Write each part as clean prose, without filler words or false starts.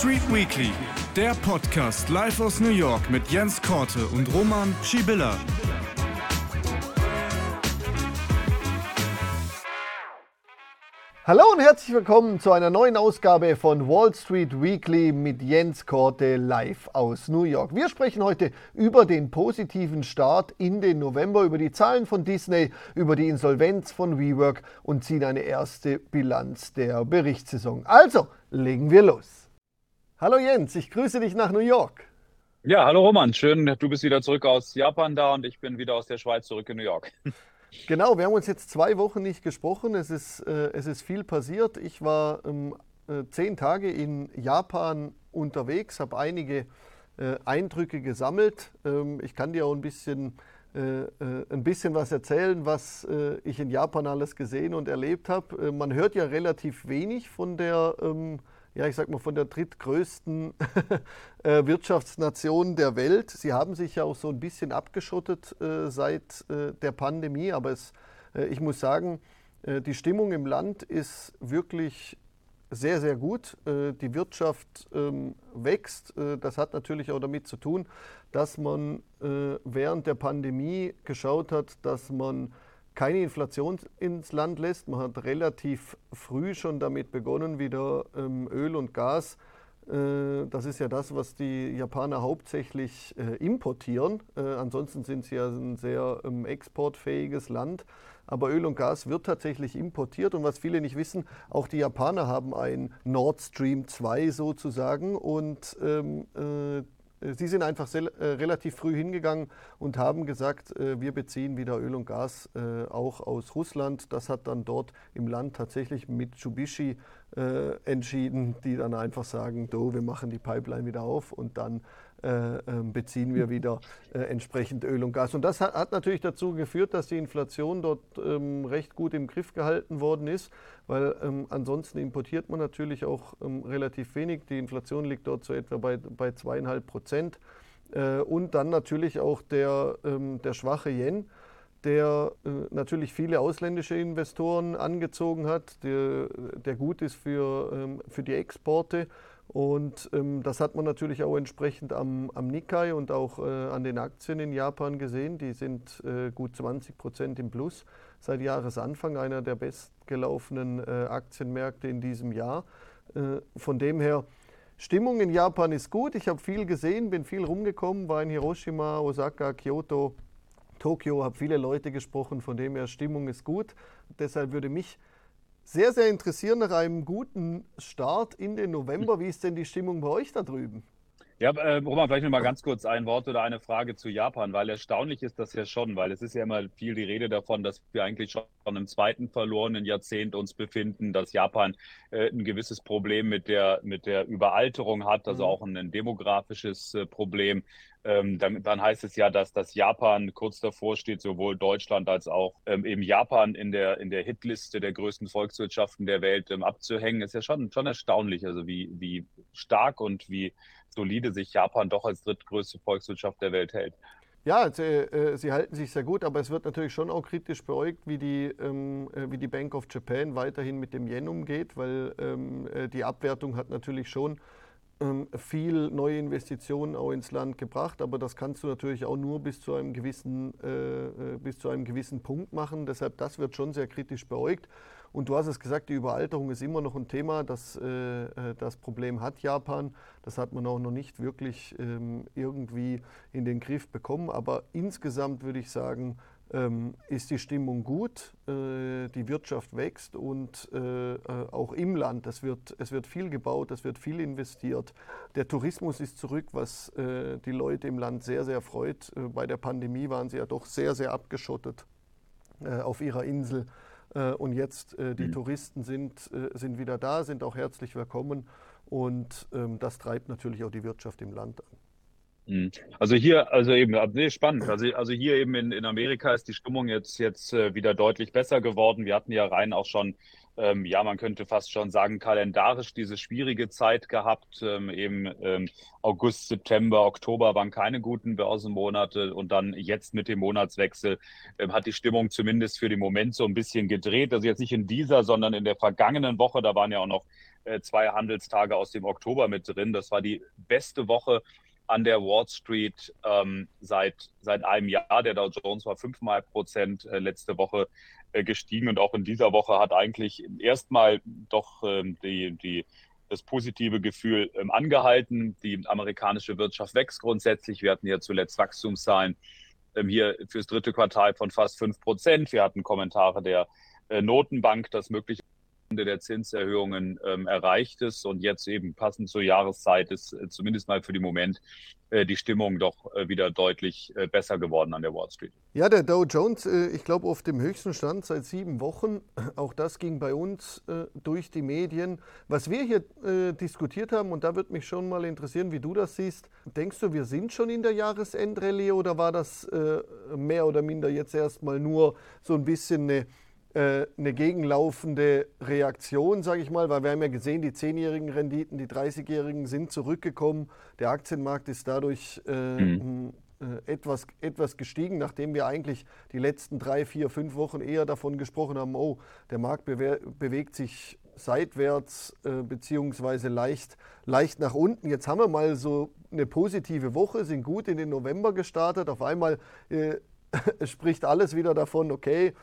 Street Weekly, der Podcast live aus New York mit Jens Korte und Roman Schibilla. Hallo und herzlich willkommen zu einer neuen Ausgabe von Wall Street Weekly mit Jens Korte live aus New York. Wir sprechen heute über den positiven Start in den November, über die Zahlen von Disney, über die Insolvenz von WeWork und ziehen eine erste Bilanz der Berichtssaison. Also, legen wir los. Hallo Jens, ich grüße dich nach New York. Ja, hallo Roman, schön, du bist wieder zurück aus Japan da und ich bin wieder aus der Schweiz zurück in New York. Genau, wir haben uns jetzt 2 Wochen nicht gesprochen, es ist viel passiert. Ich war 10 Tage in Japan unterwegs, habe einige Eindrücke gesammelt. Ich kann dir auch ein bisschen was erzählen, was ich in Japan alles gesehen und erlebt habe. Man hört ja relativ wenig von der von der drittgrößten Wirtschaftsnation der Welt. Sie haben sich ja auch so ein bisschen abgeschottet seit der Pandemie, aber ich muss sagen, die Stimmung im Land ist wirklich sehr, sehr gut. Die Wirtschaft wächst. Das hat natürlich auch damit zu tun, dass man während der Pandemie geschaut hat, dass man keine Inflation ins Land lässt. Man hat relativ früh schon damit begonnen, wieder Öl und Gas. Das ist ja das, was die Japaner hauptsächlich importieren. Ansonsten sind sie ja ein sehr exportfähiges Land. Aber Öl und Gas wird tatsächlich importiert. Und was viele nicht wissen, auch die Japaner haben ein Nord Stream 2 sozusagen. Und sie sind einfach relativ früh hingegangen und haben gesagt, wir beziehen wieder Öl und Gas auch aus Russland. Das hat dann dort im Land tatsächlich Mitsubishi entschieden, die dann einfach sagen, wir machen die Pipeline wieder auf und dann beziehen wir wieder entsprechend Öl und Gas. Und das hat natürlich dazu geführt, dass die Inflation dort recht gut im Griff gehalten worden ist, weil ansonsten importiert man natürlich auch relativ wenig. Die Inflation liegt dort so etwa bei 2,5%. Und dann natürlich auch der schwache Yen, der natürlich viele ausländische Investoren angezogen hat, der gut ist für die Exporte. Und das hat man natürlich auch entsprechend am Nikkei und auch an den Aktien in Japan gesehen. Die sind gut 20% im Plus seit Jahresanfang, einer der bestgelaufenen Aktienmärkte in diesem Jahr. Von dem her, Stimmung in Japan ist gut. Ich habe viel gesehen, bin viel rumgekommen, war in Hiroshima, Osaka, Kyoto, Tokio, habe viele Leute gesprochen. Von dem her, Stimmung ist gut. Deshalb würde mich sehr, sehr interessieren nach einem guten Start in den November. Wie ist denn die Stimmung bei euch da drüben? Ja, Roman, vielleicht noch mal ganz kurz ein Wort oder eine Frage zu Japan, weil erstaunlich ist das ja schon, weil es ist ja immer viel die Rede davon, dass wir eigentlich schon im zweiten verlorenen Jahrzehnt uns befinden, dass Japan ein gewisses Problem mit der Überalterung hat, also auch ein demografisches Problem. Dann heißt es ja, dass Japan kurz davor steht, sowohl Deutschland als auch eben Japan in der Hitliste der größten Volkswirtschaften der Welt abzuhängen. Ist ja schon erstaunlich, also wie stark und wie solide sich Japan doch als drittgrößte Volkswirtschaft der Welt hält. Ja, sie halten sich sehr gut, aber es wird natürlich schon auch kritisch beäugt, wie die Bank of Japan weiterhin mit dem Yen umgeht, weil die Abwertung hat natürlich schon viel neue Investitionen auch ins Land gebracht, aber das kannst du natürlich auch nur bis zu einem gewissen Punkt machen. Deshalb, das wird schon sehr kritisch beäugt. Und du hast es gesagt, die Überalterung ist immer noch ein Thema. Das Problem hat Japan. Das hat man auch noch nicht wirklich irgendwie in den Griff bekommen. Aber insgesamt würde ich sagen, ist die Stimmung gut, die Wirtschaft wächst und auch im Land, es wird viel gebaut, es wird viel investiert. Der Tourismus ist zurück, was die Leute im Land sehr, sehr freut. Bei der Pandemie waren sie ja doch sehr, sehr abgeschottet auf ihrer Insel. Und jetzt die Touristen sind wieder da, sind auch herzlich willkommen und das treibt natürlich auch die Wirtschaft im Land an. Also hier, spannend. Also hier eben in Amerika ist die Stimmung jetzt wieder deutlich besser geworden. Wir hatten ja rein auch schon ja, man könnte fast schon sagen, kalendarisch diese schwierige Zeit gehabt. August, September, Oktober waren keine guten Börsenmonate und dann jetzt mit dem Monatswechsel hat die Stimmung zumindest für den Moment so ein bisschen gedreht. Also jetzt nicht in dieser, sondern in der vergangenen Woche. Da waren ja auch noch 2 Handelstage aus dem Oktober mit drin. Das war die beste Woche an der Wall Street seit einem Jahr. Der Dow Jones war 5% letzte Woche gestiegen und auch in dieser Woche hat eigentlich erstmal doch das positive Gefühl angehalten. Die amerikanische Wirtschaft wächst grundsätzlich. Wir hatten ja zuletzt Wachstumszahlen hier fürs dritte Quartal von fast 5%. Wir hatten Kommentare der Notenbank, dass mögliche Ende der Zinserhöhungen erreicht ist und jetzt eben passend zur Jahreszeit ist zumindest mal für den Moment die Stimmung doch wieder deutlich besser geworden an der Wall Street. Ja, der Dow Jones, ich glaube, auf dem höchsten Stand seit 7 Wochen. Auch das ging bei uns durch die Medien. Was wir hier diskutiert haben, und da würde mich schon mal interessieren, wie du das siehst. Denkst du, wir sind schon in der Jahresendrallye oder war das mehr oder minder jetzt erstmal nur so ein bisschen eine gegenlaufende Reaktion, sage ich mal, weil wir haben ja gesehen, die 10-jährigen Renditen, die 30-jährigen sind zurückgekommen. Der Aktienmarkt ist dadurch etwas gestiegen, nachdem wir eigentlich die letzten 3, 4, 5 Wochen eher davon gesprochen haben, oh, der Markt bewegt sich seitwärts beziehungsweise leicht nach unten. Jetzt haben wir mal so eine positive Woche, sind gut in den November gestartet. Auf einmal spricht alles wieder davon, okay,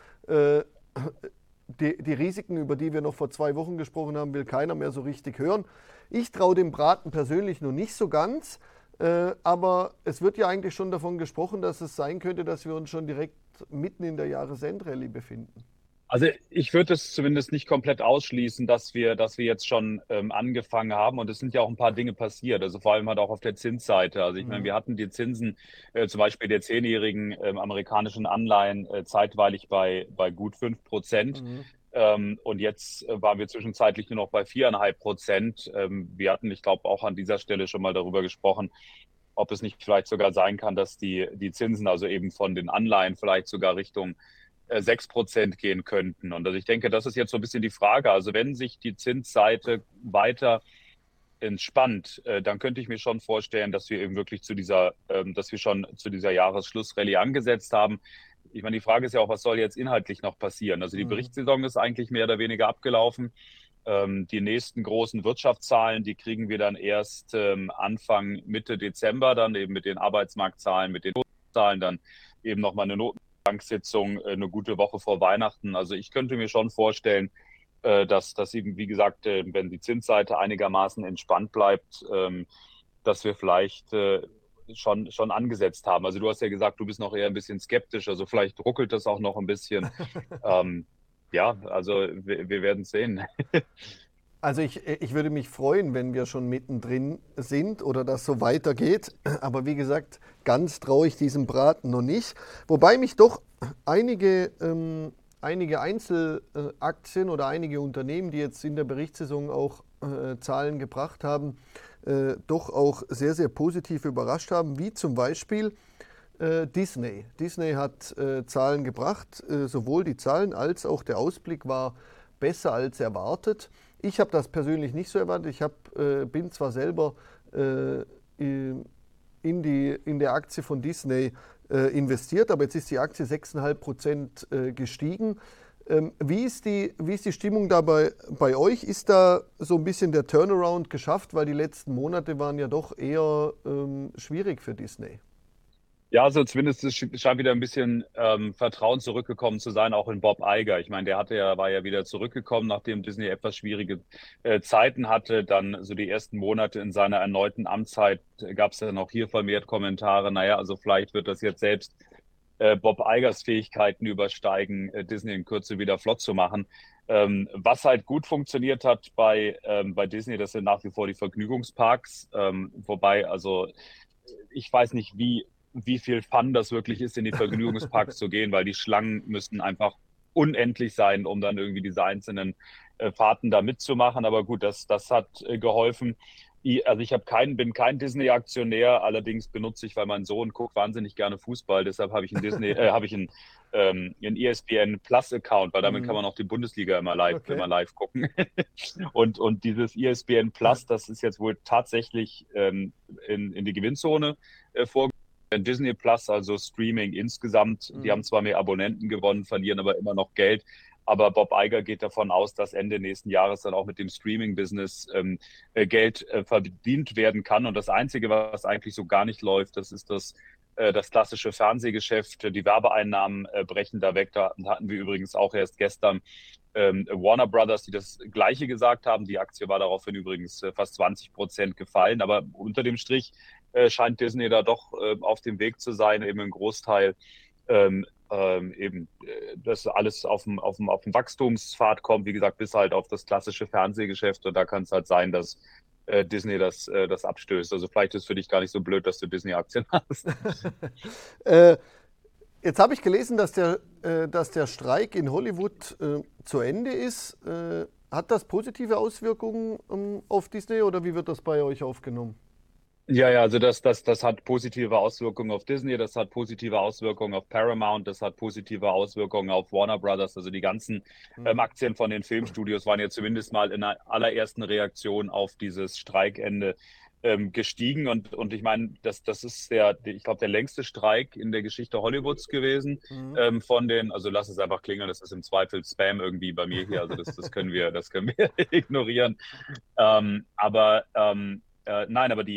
die Risiken, über die wir noch vor 2 Wochen gesprochen haben, will keiner mehr so richtig hören. Ich traue dem Braten persönlich noch nicht so ganz, aber es wird ja eigentlich schon davon gesprochen, dass es sein könnte, dass wir uns schon direkt mitten in der Jahresendrallye befinden. Also ich würde es zumindest nicht komplett ausschließen, dass wir jetzt schon angefangen haben. Und es sind ja auch ein paar Dinge passiert. Also vor allem halt auch auf der Zinsseite. Also ich meine, wir hatten die Zinsen zum Beispiel der 10-jährigen amerikanischen Anleihen zeitweilig bei gut 5%. Und jetzt waren wir zwischenzeitlich nur noch bei 4,5%. Wir hatten, ich glaube, auch an dieser Stelle schon mal darüber gesprochen, ob es nicht vielleicht sogar sein kann, dass die Zinsen also eben von den Anleihen vielleicht sogar Richtung 6% gehen könnten. Und also ich denke, das ist jetzt so ein bisschen die Frage. Also wenn sich die Zinsseite weiter entspannt, dann könnte ich mir schon vorstellen, dass wir eben wirklich dass wir schon zu dieser Jahresschlussrallye angesetzt haben. Ich meine, die Frage ist ja auch, was soll jetzt inhaltlich noch passieren? Also die Berichtssaison ist eigentlich mehr oder weniger abgelaufen. Die nächsten großen Wirtschaftszahlen, die kriegen wir dann erst Anfang, Mitte Dezember, dann eben mit den Arbeitsmarktzahlen, mit den Zahlen, dann eben nochmal eine Notenbanksitzung eine gute Woche vor Weihnachten. Also ich könnte mir schon vorstellen, dass eben, wie gesagt, wenn die Zinsseite einigermaßen entspannt bleibt, dass wir vielleicht schon angesetzt haben. Also du hast ja gesagt, du bist noch eher ein bisschen skeptisch, also vielleicht ruckelt das auch noch ein bisschen. Ja, also wir werden es sehen. Also ich würde mich freuen, wenn wir schon mittendrin sind oder das so weitergeht. Aber wie gesagt, ganz traue ich diesem Braten noch nicht. Wobei mich doch einige Einzelaktien oder einige Unternehmen, die jetzt in der Berichtssaison auch Zahlen gebracht haben, doch auch sehr, sehr positiv überrascht haben, wie zum Beispiel Disney. Disney hat Zahlen gebracht, sowohl die Zahlen als auch der Ausblick war besser als erwartet. Ich habe das persönlich nicht so erwartet. Ich bin zwar selber in der Aktie von Disney investiert, aber jetzt ist die Aktie 6,5% gestiegen. Wie ist die Stimmung da bei euch? Ist da so ein bisschen der Turnaround geschafft, weil die letzten Monate waren ja doch eher schwierig für Disney? Ja, also zumindest scheint wieder ein bisschen Vertrauen zurückgekommen zu sein, auch in Bob Iger. Ich meine, war ja wieder zurückgekommen, nachdem Disney etwas schwierige Zeiten hatte. Dann so die ersten Monate in seiner erneuten Amtszeit gab es dann auch hier vermehrt Kommentare. Naja, also vielleicht wird das jetzt selbst Bob Igers Fähigkeiten übersteigen, Disney in Kürze wieder flott zu machen. Was halt gut funktioniert hat bei Disney, das sind nach wie vor die Vergnügungsparks. Wobei, also ich weiß nicht, wie viel Fun das wirklich ist, in die Vergnügungsparks zu gehen, weil die Schlangen müssten einfach unendlich sein, um dann irgendwie diese einzelnen Fahrten da mitzumachen. Aber gut, das hat geholfen. Also ich bin kein Disney-Aktionär, allerdings benutze ich, weil mein Sohn guckt wahnsinnig gerne Fußball, deshalb habe ich einen ESPN Plus-Account, weil damit kann man auch die Bundesliga immer Okay. live gucken. Und dieses ESPN Plus, das ist jetzt wohl tatsächlich in die Gewinnzone vorgegangen. Disney Plus, also Streaming insgesamt, die haben zwar mehr Abonnenten gewonnen, verlieren aber immer noch Geld. Aber Bob Iger geht davon aus, dass Ende nächsten Jahres dann auch mit dem Streaming-Business Geld verdient werden kann. Und das Einzige, was eigentlich so gar nicht läuft, das ist das klassische Fernsehgeschäft. Die Werbeeinnahmen brechen da weg. Da hatten wir übrigens auch erst gestern Warner Brothers, die das Gleiche gesagt haben. Die Aktie war daraufhin übrigens fast 20% gefallen. Aber unter dem Strich scheint Disney da doch auf dem Weg zu sein, eben ein Großteil dass alles auf dem Wachstumspfad kommt, wie gesagt, bis halt auf das klassische Fernsehgeschäft. Und da kann es halt sein, dass Disney das abstößt. Also vielleicht ist es für dich gar nicht so blöd, dass du Disney-Aktien hast. Jetzt habe ich gelesen, dass der Streik in Hollywood zu Ende ist. Hat das positive Auswirkungen auf Disney oder wie wird das bei euch aufgenommen? Ja, also das hat positive Auswirkungen auf Disney, das hat positive Auswirkungen auf Paramount, das hat positive Auswirkungen auf Warner Brothers. Also die ganzen Aktien von den Filmstudios waren ja zumindest mal in der allerersten Reaktion auf dieses Streikende gestiegen. Und ich meine, das ist ich glaube, der längste Streik in der Geschichte Hollywoods gewesen. Also lass es einfach klingeln, das ist im Zweifel Spam irgendwie bei mir hier. Also das können wir ignorieren. Nein, aber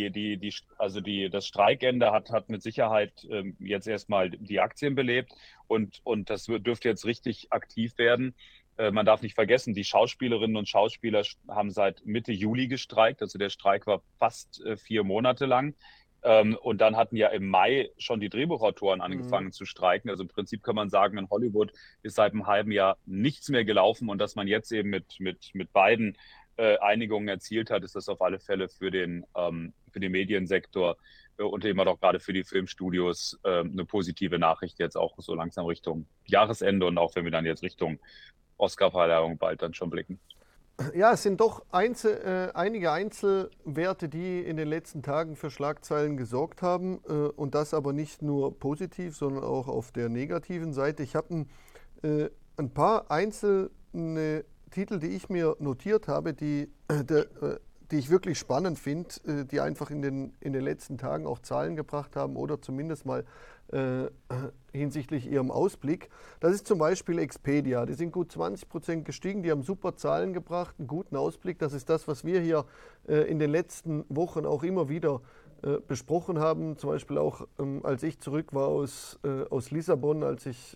das Streikende hat mit Sicherheit jetzt erstmal die Aktien belebt und das dürfte jetzt richtig aktiv werden. Man darf nicht vergessen, die Schauspielerinnen und Schauspieler haben seit Mitte Juli gestreikt. Also der Streik war fast 4 Monate lang. Und dann hatten ja im Mai schon die Drehbuchautoren angefangen zu streiken. Also im Prinzip kann man sagen, in Hollywood ist seit einem halben Jahr nichts mehr gelaufen und dass man jetzt eben mit beiden Einigungen erzielt hat, ist das auf alle Fälle für den Mediensektor und eben auch gerade für die Filmstudios eine positive Nachricht jetzt auch so langsam Richtung Jahresende und auch wenn wir dann jetzt Richtung Oscarverleihung bald dann schon blicken. Ja, es sind doch einige Einzelwerte, die in den letzten Tagen für Schlagzeilen gesorgt haben und das aber nicht nur positiv, sondern auch auf der negativen Seite. Ich habe ein paar einzelne Titel, die ich mir notiert habe, die ich wirklich spannend finde, die einfach in den letzten Tagen auch Zahlen gebracht haben oder zumindest mal hinsichtlich ihrem Ausblick. Das ist zum Beispiel Expedia. Die sind gut 20% gestiegen, die haben super Zahlen gebracht, einen guten Ausblick. Das ist das, was wir hier in den letzten Wochen auch immer wieder besprochen haben. Zum Beispiel auch, als ich zurück war aus Lissabon, als ich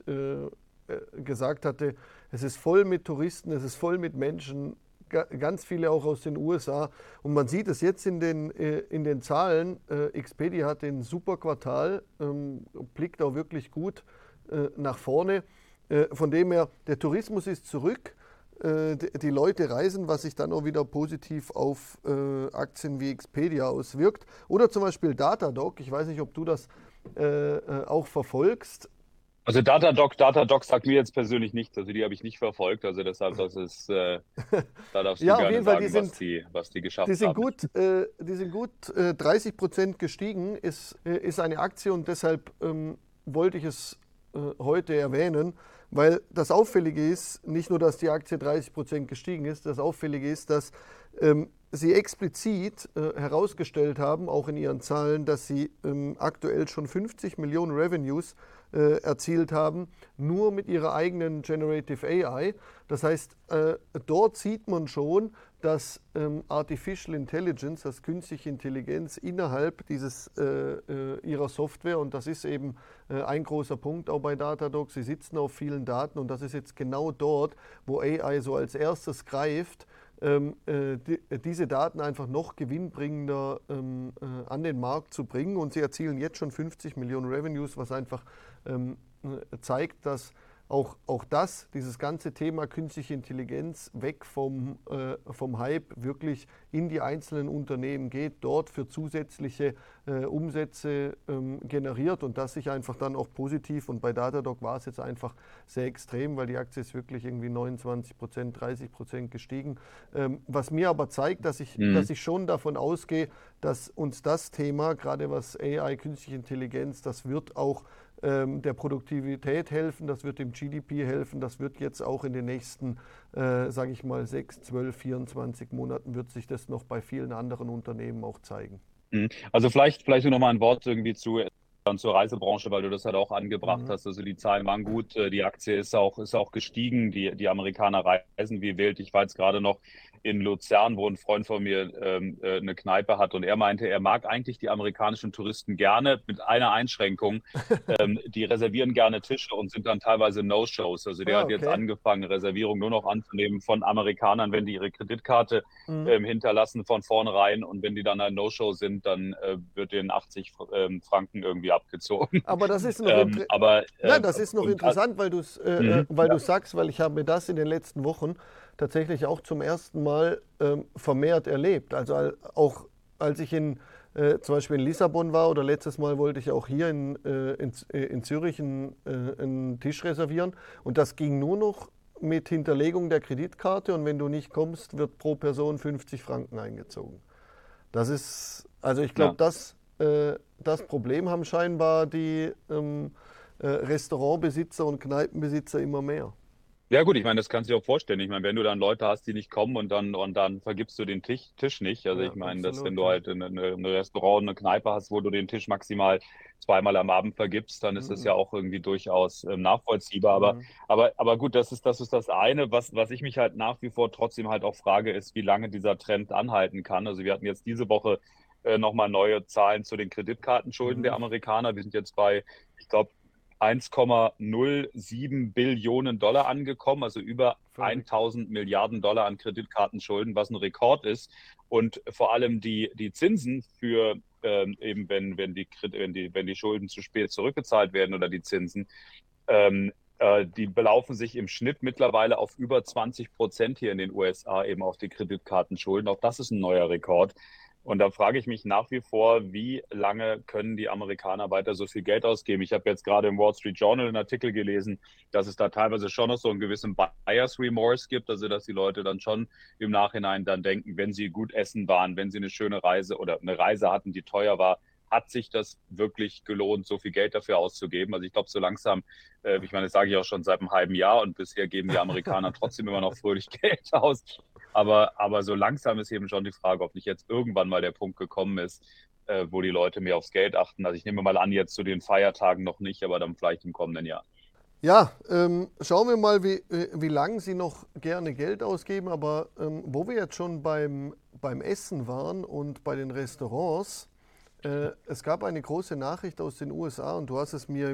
gesagt hatte, es ist voll mit Touristen, es ist voll mit Menschen, ganz viele auch aus den USA. Und man sieht es jetzt in den Zahlen. Expedia hat ein super Quartal, blickt auch wirklich gut nach vorne. Von dem her, der Tourismus ist zurück. Die Leute reisen, was sich dann auch wieder positiv auf Aktien wie Expedia auswirkt. Oder zum Beispiel Datadog. Ich weiß nicht, ob du das auch verfolgst. Also Datadog sagt mir jetzt persönlich nichts, also die habe ich nicht verfolgt, also deshalb, da darfst du Ja, auf gerne jeden Fall, sagen, was die geschafft die sind haben. die sind gut 30% gestiegen, ist eine Aktie und deshalb wollte ich es heute erwähnen, weil das Auffällige ist, nicht nur, dass die Aktie 30% gestiegen ist, das Auffällige ist, dass sie explizit herausgestellt haben, auch in ihren Zahlen, dass sie aktuell schon 50 Millionen Revenues erzielt haben, nur mit ihrer eigenen Generative AI. Das heißt, dort sieht man schon, dass Artificial Intelligence, das künstliche Intelligenz innerhalb ihrer Software, und das ist eben ein großer Punkt auch bei Datadog, sie sitzen auf vielen Daten und das ist jetzt genau dort, wo AI so als erstes greift, diese Daten einfach noch gewinnbringender an den Markt zu bringen. Und sie erzielen jetzt schon 50 Millionen Revenues, was einfach zeigt, dass auch dieses ganze Thema künstliche Intelligenz weg vom Hype wirklich in die einzelnen Unternehmen geht, dort für zusätzliche Umsätze generiert und das sich einfach dann auch positiv, und bei Datadog war es jetzt einfach sehr extrem, weil die Aktie ist wirklich irgendwie 29%, 30% gestiegen. Was mir aber zeigt, dass ich schon davon ausgehe, dass uns das Thema, gerade was AI, künstliche Intelligenz, das wird auch der Produktivität helfen, das wird dem GDP helfen, das wird jetzt auch in den nächsten, sage ich mal, 6, 12, 24 Monaten wird sich das noch bei vielen anderen Unternehmen auch zeigen. Also vielleicht noch mal ein Wort irgendwie zur Reisebranche, weil du das halt auch angebracht hast. Also die Zahlen waren gut, die Aktie ist auch gestiegen, die Amerikaner reisen wie wild. Ich war jetzt gerade noch in Luzern, wo ein Freund von mir eine Kneipe hat und er meinte, er mag eigentlich die amerikanischen Touristen gerne, mit einer Einschränkung. Die reservieren gerne Tische und sind dann teilweise No-Shows. Also der hat jetzt angefangen, Reservierungen nur noch anzunehmen von Amerikanern, wenn die ihre Kreditkarte hinterlassen von vornherein, und wenn die dann ein No-Show sind, dann wird denen 80 Franken irgendwie abgezogen. Aber das ist noch, das ist noch interessant, weil du sagst, weil ich habe mir das in den letzten Wochen tatsächlich auch zum ersten Mal vermehrt erlebt. Also auch als ich zum Beispiel in Lissabon war, oder letztes Mal wollte ich auch hier in Zürich einen Tisch reservieren, und das ging nur noch mit Hinterlegung der Kreditkarte, und wenn du nicht kommst, wird pro Person 50 Franken eingezogen. Das ist, also ich glaube, das Problem haben scheinbar die Restaurantbesitzer und Kneipenbesitzer immer mehr. Ja gut, ich meine, das kannst du dir auch vorstellen. Ich meine, wenn du dann Leute hast, die nicht kommen, und dann vergibst du den Tisch nicht. Also ja, ich meine, dass wenn du halt ein Restaurant, eine Kneipe hast, wo du den Tisch maximal zweimal am Abend vergibst, dann ist das ja auch irgendwie durchaus nachvollziehbar. Aber gut, das ist das eine. Was ich mich halt nach wie vor trotzdem halt auch frage, ist, wie lange dieser Trend anhalten kann. Also wir hatten jetzt diese Woche nochmal neue Zahlen zu den Kreditkartenschulden der Amerikaner. Wir sind jetzt bei, ich glaube, 1,07 Billionen Dollar angekommen, also über 1000 Milliarden Dollar an Kreditkartenschulden, was ein Rekord ist. Und vor allem die Zinsen für eben, wenn die Schulden zu spät zurückgezahlt werden, oder die Zinsen, die belaufen sich im Schnitt mittlerweile auf über 20% hier in den USA, eben auf die Kreditkartenschulden. Auch das ist ein neuer Rekord. Und da frage ich mich nach wie vor, wie lange können die Amerikaner weiter so viel Geld ausgeben? Ich habe jetzt gerade im Wall Street Journal einen Artikel gelesen, dass es da teilweise schon noch so einen gewissen Buyer's Remorse gibt, also dass die Leute dann schon im Nachhinein dann denken, wenn sie gut essen waren, wenn sie eine schöne Reise oder eine Reise hatten, die teuer war, hat sich das wirklich gelohnt, so viel Geld dafür auszugeben? Also ich glaube, so langsam, ich meine, das sage ich auch schon seit einem halben Jahr, und bisher geben die Amerikaner trotzdem immer noch fröhlich Geld aus. Aber so langsam ist eben schon die Frage, ob nicht jetzt irgendwann mal der Punkt gekommen ist, wo die Leute mehr aufs Geld achten. Also ich nehme mal an, jetzt zu den Feiertagen noch nicht, aber dann vielleicht im kommenden Jahr. Ja, schauen wir mal, wie lange sie noch gerne Geld ausgeben. Aber wo wir jetzt schon beim Essen waren und bei den Restaurants, es gab eine große Nachricht aus den USA, und du hast es mir,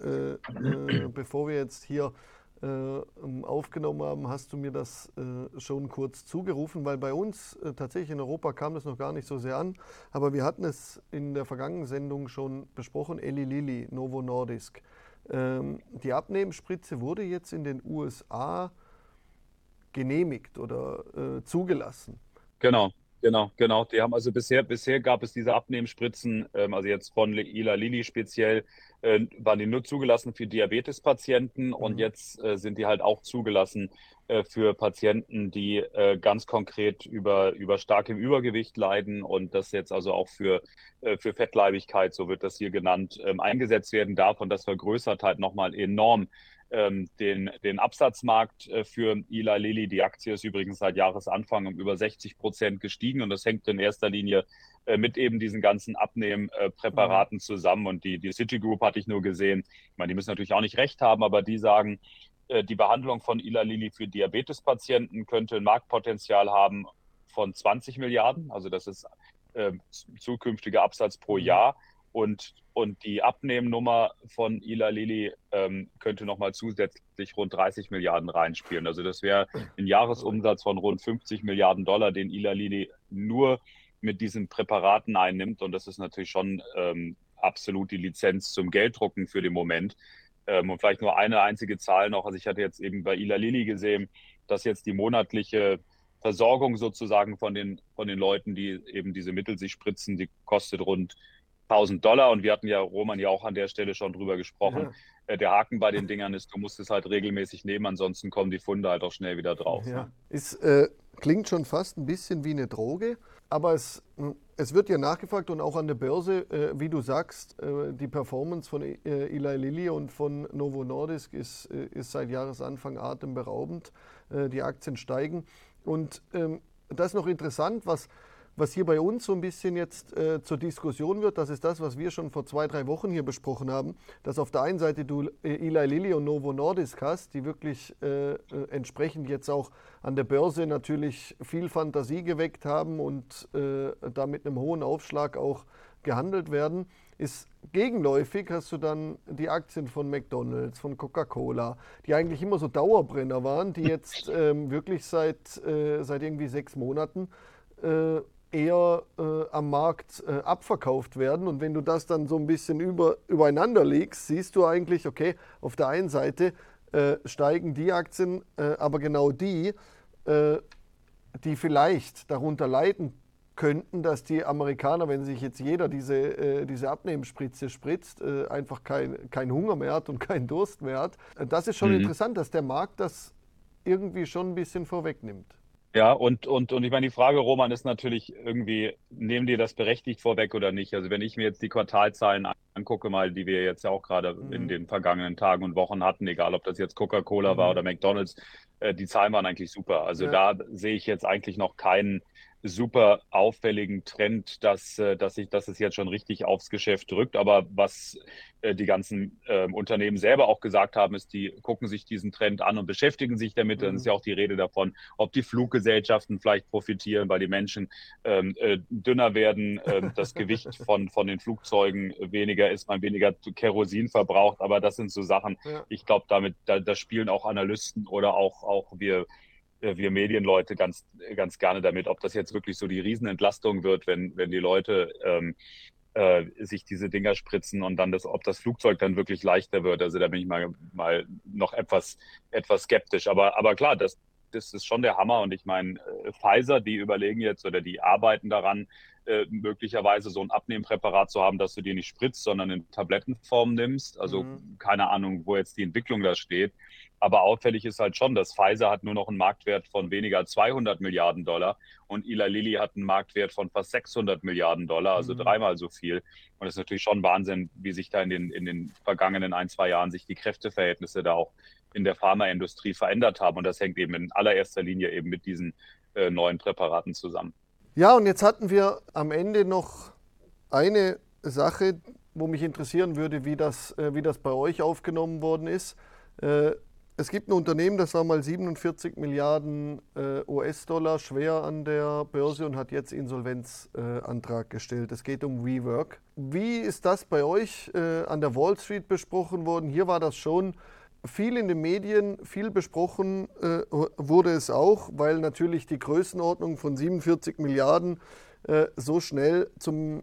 bevor wir jetzt hier aufgenommen haben, hast du mir das schon kurz zugerufen, weil bei uns tatsächlich in Europa kam das noch gar nicht so sehr an, aber wir hatten es in der vergangenen Sendung schon besprochen, Eli Lilly, Novo Nordisk. Die Abnehmspritze wurde jetzt in den USA genehmigt oder zugelassen. Genau. Die haben also bisher gab es diese Abnehmspritzen, also jetzt von Eli Lilly speziell, waren die nur zugelassen für Diabetespatienten, und jetzt sind die halt auch zugelassen für Patienten, die ganz konkret über starkem Übergewicht leiden, und das jetzt also auch für Fettleibigkeit, so wird das hier genannt, eingesetzt werden darf, und das vergrößert halt nochmal enorm den Absatzmarkt für Eli Lilly. Die Aktie ist übrigens seit Jahresanfang um über 60% gestiegen, und das hängt in erster Linie mit eben diesen ganzen Abnehmpräparaten zusammen. Und die Citigroup hatte ich nur gesehen. Ich meine, die müssen natürlich auch nicht recht haben, aber die sagen, die Behandlung von Eli Lilly für Diabetespatienten könnte ein Marktpotenzial haben von 20 Milliarden. Also das ist zukünftiger Absatz pro Jahr. Und die Abnehmnummer von Eli Lilly könnte nochmal zusätzlich rund 30 Milliarden reinspielen. Also das wäre ein Jahresumsatz von rund 50 Milliarden Dollar, den Eli Lilly nur mit diesen Präparaten einnimmt. Und das ist natürlich schon absolut die Lizenz zum Gelddrucken für den Moment. Und vielleicht nur eine einzige Zahl noch. Also ich hatte jetzt eben bei Eli Lilly gesehen, dass jetzt die monatliche Versorgung sozusagen von den Leuten, die eben diese Mittel sich spritzen, die kostet rund $1.000 und wir hatten ja, Roman, ja auch an der Stelle schon drüber gesprochen. Ja. Der Haken bei den Dingern ist, du musst es halt regelmäßig nehmen, ansonsten kommen die Funde halt auch schnell wieder drauf. Ja. Klingt schon fast ein bisschen wie eine Droge, aber es wird ja nachgefragt und auch an der Börse, wie du sagst, die Performance von Eli Lilly und von Novo Nordisk ist seit Jahresanfang atemberaubend. Die Aktien steigen und das ist noch interessant, was hier bei uns so ein bisschen jetzt zur Diskussion wird, das ist das, was wir schon vor 2-3 Wochen hier besprochen haben, dass auf der einen Seite du Eli Lilly und Novo Nordisk hast, die wirklich entsprechend jetzt auch an der Börse natürlich viel Fantasie geweckt haben und da mit einem hohen Aufschlag auch gehandelt werden. Ist gegenläufig hast du dann die Aktien von McDonald's, von Coca-Cola, die eigentlich immer so Dauerbrenner waren, die jetzt wirklich seit irgendwie 6 Monaten eher am Markt abverkauft werden. Und wenn du das dann so ein bisschen übereinander legst, siehst du eigentlich, okay, auf der einen Seite steigen die Aktien, aber genau die vielleicht darunter leiden könnten, dass die Amerikaner, wenn sich jetzt jeder diese Abnehmspritze spritzt, einfach kein Hunger mehr hat und keinen Durst mehr hat. Das ist schon interessant, dass der Markt das irgendwie schon ein bisschen vorwegnimmt. Ja, und ich meine, die Frage, Roman, ist natürlich irgendwie, nehmen die das berechtigt vorweg oder nicht? Also wenn ich mir jetzt die Quartalzahlen angucke, mal, die wir jetzt ja auch gerade in den vergangenen Tagen und Wochen hatten, egal ob das jetzt Coca-Cola war oder McDonald's, die Zahlen waren eigentlich super. Also da sehe ich jetzt eigentlich noch keinen super auffälligen Trend, dass es jetzt schon richtig aufs Geschäft drückt. Aber was die ganzen Unternehmen selber auch gesagt haben, ist, die gucken sich diesen Trend an und beschäftigen sich damit. Dann ist ja auch die Rede davon, ob die Fluggesellschaften vielleicht profitieren, weil die Menschen dünner werden, das Gewicht von den Flugzeugen weniger ist, man weniger Kerosin verbraucht. Aber das sind so Sachen, ich glaube, da spielen auch Analysten oder auch wir Medienleute ganz gerne damit, ob das jetzt wirklich so die Riesenentlastung wird, wenn die Leute sich diese Dinger spritzen und dann ob das Flugzeug dann wirklich leichter wird. Also da bin ich mal noch etwas skeptisch. Aber klar, das ist schon der Hammer. Und ich meine, Pfizer, die überlegen jetzt oder die arbeiten daran, möglicherweise so ein Abnehmpräparat zu haben, dass du dir nicht spritzt, sondern in Tablettenform nimmst. Also keine Ahnung, wo jetzt die Entwicklung da steht. Aber auffällig ist halt schon, dass Pfizer hat nur noch einen Marktwert von weniger $200 Milliarden und Eli Lilly hat einen Marktwert von fast $600 Milliarden, also 3-mal so viel. Und das ist natürlich schon Wahnsinn, wie sich da in den vergangenen 1-2 Jahren sich die Kräfteverhältnisse da auch in der Pharmaindustrie verändert haben. Und das hängt eben in allererster Linie eben mit diesen neuen Präparaten zusammen. Ja, und jetzt hatten wir am Ende noch eine Sache, wo mich interessieren würde, wie das bei euch aufgenommen worden ist. Es gibt ein Unternehmen, das war mal 47 Milliarden US-Dollar schwer an der Börse und hat jetzt Insolvenzantrag gestellt. Es geht um WeWork. Wie ist das bei euch an der Wall Street besprochen worden? Hier war das schon viel in den Medien, viel besprochen wurde es auch, weil natürlich die Größenordnung von 47 Milliarden so schnell zum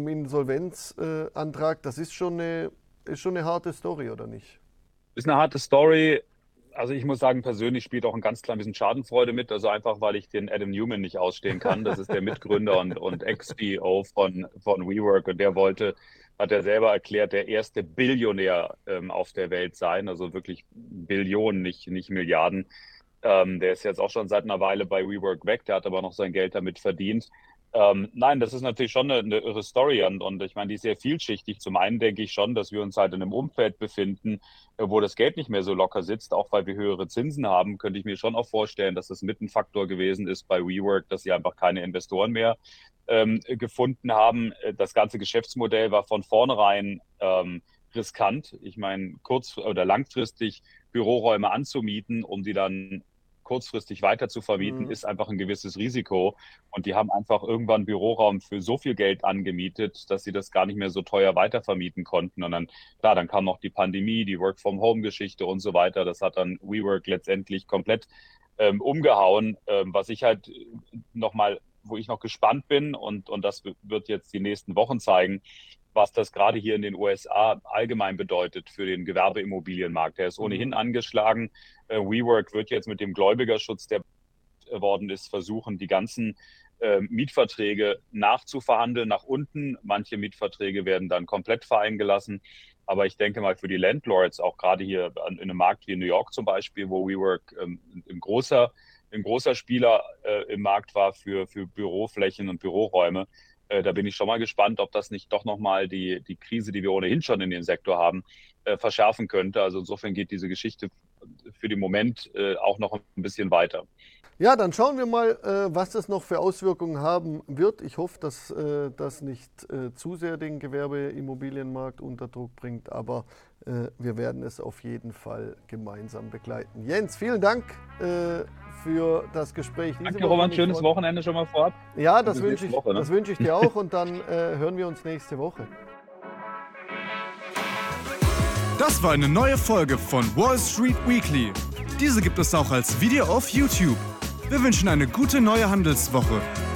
Insolvenzantrag, das ist schon eine harte Story, oder nicht? Ist eine harte Story. Also ich muss sagen, persönlich spielt auch ein ganz klein bisschen Schadenfreude mit. Also einfach, weil ich den Adam Newman nicht ausstehen kann. Das ist der Mitgründer und Ex-CEO von WeWork. Und der hat er selber erklärt, der erste Billionär auf der Welt sein. Also wirklich Billionen, nicht Milliarden. Der ist jetzt auch schon seit einer Weile bei WeWork weg. Der hat aber noch sein Geld damit verdient. Nein, das ist natürlich schon eine irre Story und ich meine, die ist sehr vielschichtig. Zum einen denke ich schon, dass wir uns halt in einem Umfeld befinden, wo das Geld nicht mehr so locker sitzt, auch weil wir höhere Zinsen haben, könnte ich mir schon auch vorstellen, dass das mit ein Faktor gewesen ist bei WeWork, dass sie einfach keine Investoren mehr gefunden haben. Das ganze Geschäftsmodell war von vornherein riskant. Ich meine, kurz- oder langfristig Büroräume anzumieten, um die dann kurzfristig weiter zu vermieten, ist einfach ein gewisses Risiko. Und die haben einfach irgendwann Büroraum für so viel Geld angemietet, dass sie das gar nicht mehr so teuer weitervermieten konnten. Und dann kam noch die Pandemie, die Work-from-Home-Geschichte und so weiter. Das hat dann WeWork letztendlich komplett umgehauen. Was ich halt wo ich noch gespannt bin und das wird jetzt die nächsten Wochen zeigen, was das gerade hier in den USA allgemein bedeutet für den Gewerbeimmobilienmarkt. Der ist ohnehin angeschlagen. WeWork wird jetzt mit dem Gläubigerschutz, der worden ist, versuchen, die ganzen Mietverträge nachzuverhandeln nach unten. Manche Mietverträge werden dann komplett fallen gelassen. Aber ich denke mal für die Landlords, auch gerade hier in einem Markt wie in New York zum Beispiel, wo WeWork ein großer Spieler im Markt war für Büroflächen und Büroräume, da bin ich schon mal gespannt, ob das nicht doch nochmal die Krise, die wir ohnehin schon in dem Sektor haben, verschärfen könnte. Also insofern geht diese Geschichte für den Moment auch noch ein bisschen weiter. Ja, dann schauen wir mal, was das noch für Auswirkungen haben wird. Ich hoffe, dass das nicht zu sehr den Gewerbeimmobilienmarkt unter Druck bringt, aber wir werden es auf jeden Fall gemeinsam begleiten. Jens, vielen Dank für das Gespräch. Danke, Roman. Schönes Wochenende schon mal vorab. Ja, das wünsche ich dir auch und dann hören wir uns nächste Woche. Das war eine neue Folge von Wall Street Weekly. Diese gibt es auch als Video auf YouTube. Wir wünschen eine gute neue Handelswoche.